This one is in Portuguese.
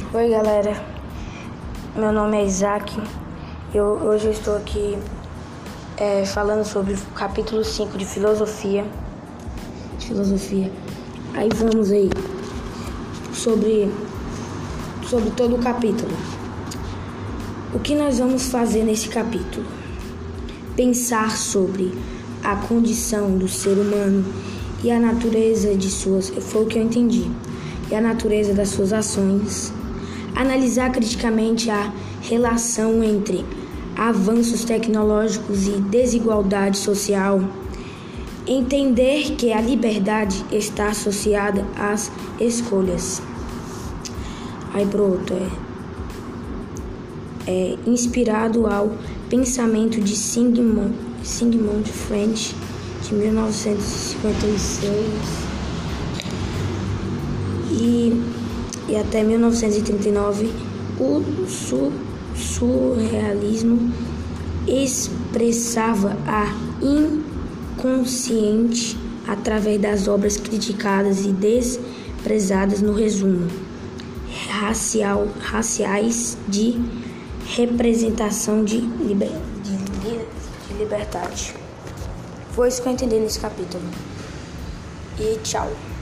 Oi galera, meu nome é Isaac. Hoje eu estou aqui falando sobre o capítulo 5 de filosofia. Aí vamos aí sobre todo o capítulo. O que nós vamos fazer nesse capítulo? Pensar sobre a condição do ser humano e a natureza de suas... Foi o que eu entendi. E a natureza das suas ações. Analisar criticamente a relação entre avanços tecnológicos e desigualdade social. Entender que a liberdade está associada às escolhas. Aí pronto, inspirado ao pensamento de Sigmund Freud, de 1956 e até 1939, o surrealismo expressava a inconsciente através das obras criticadas e desprezadas, no resumo, raciais de representação de liberdade. Foi isso que eu entendi nesse capítulo. E tchau.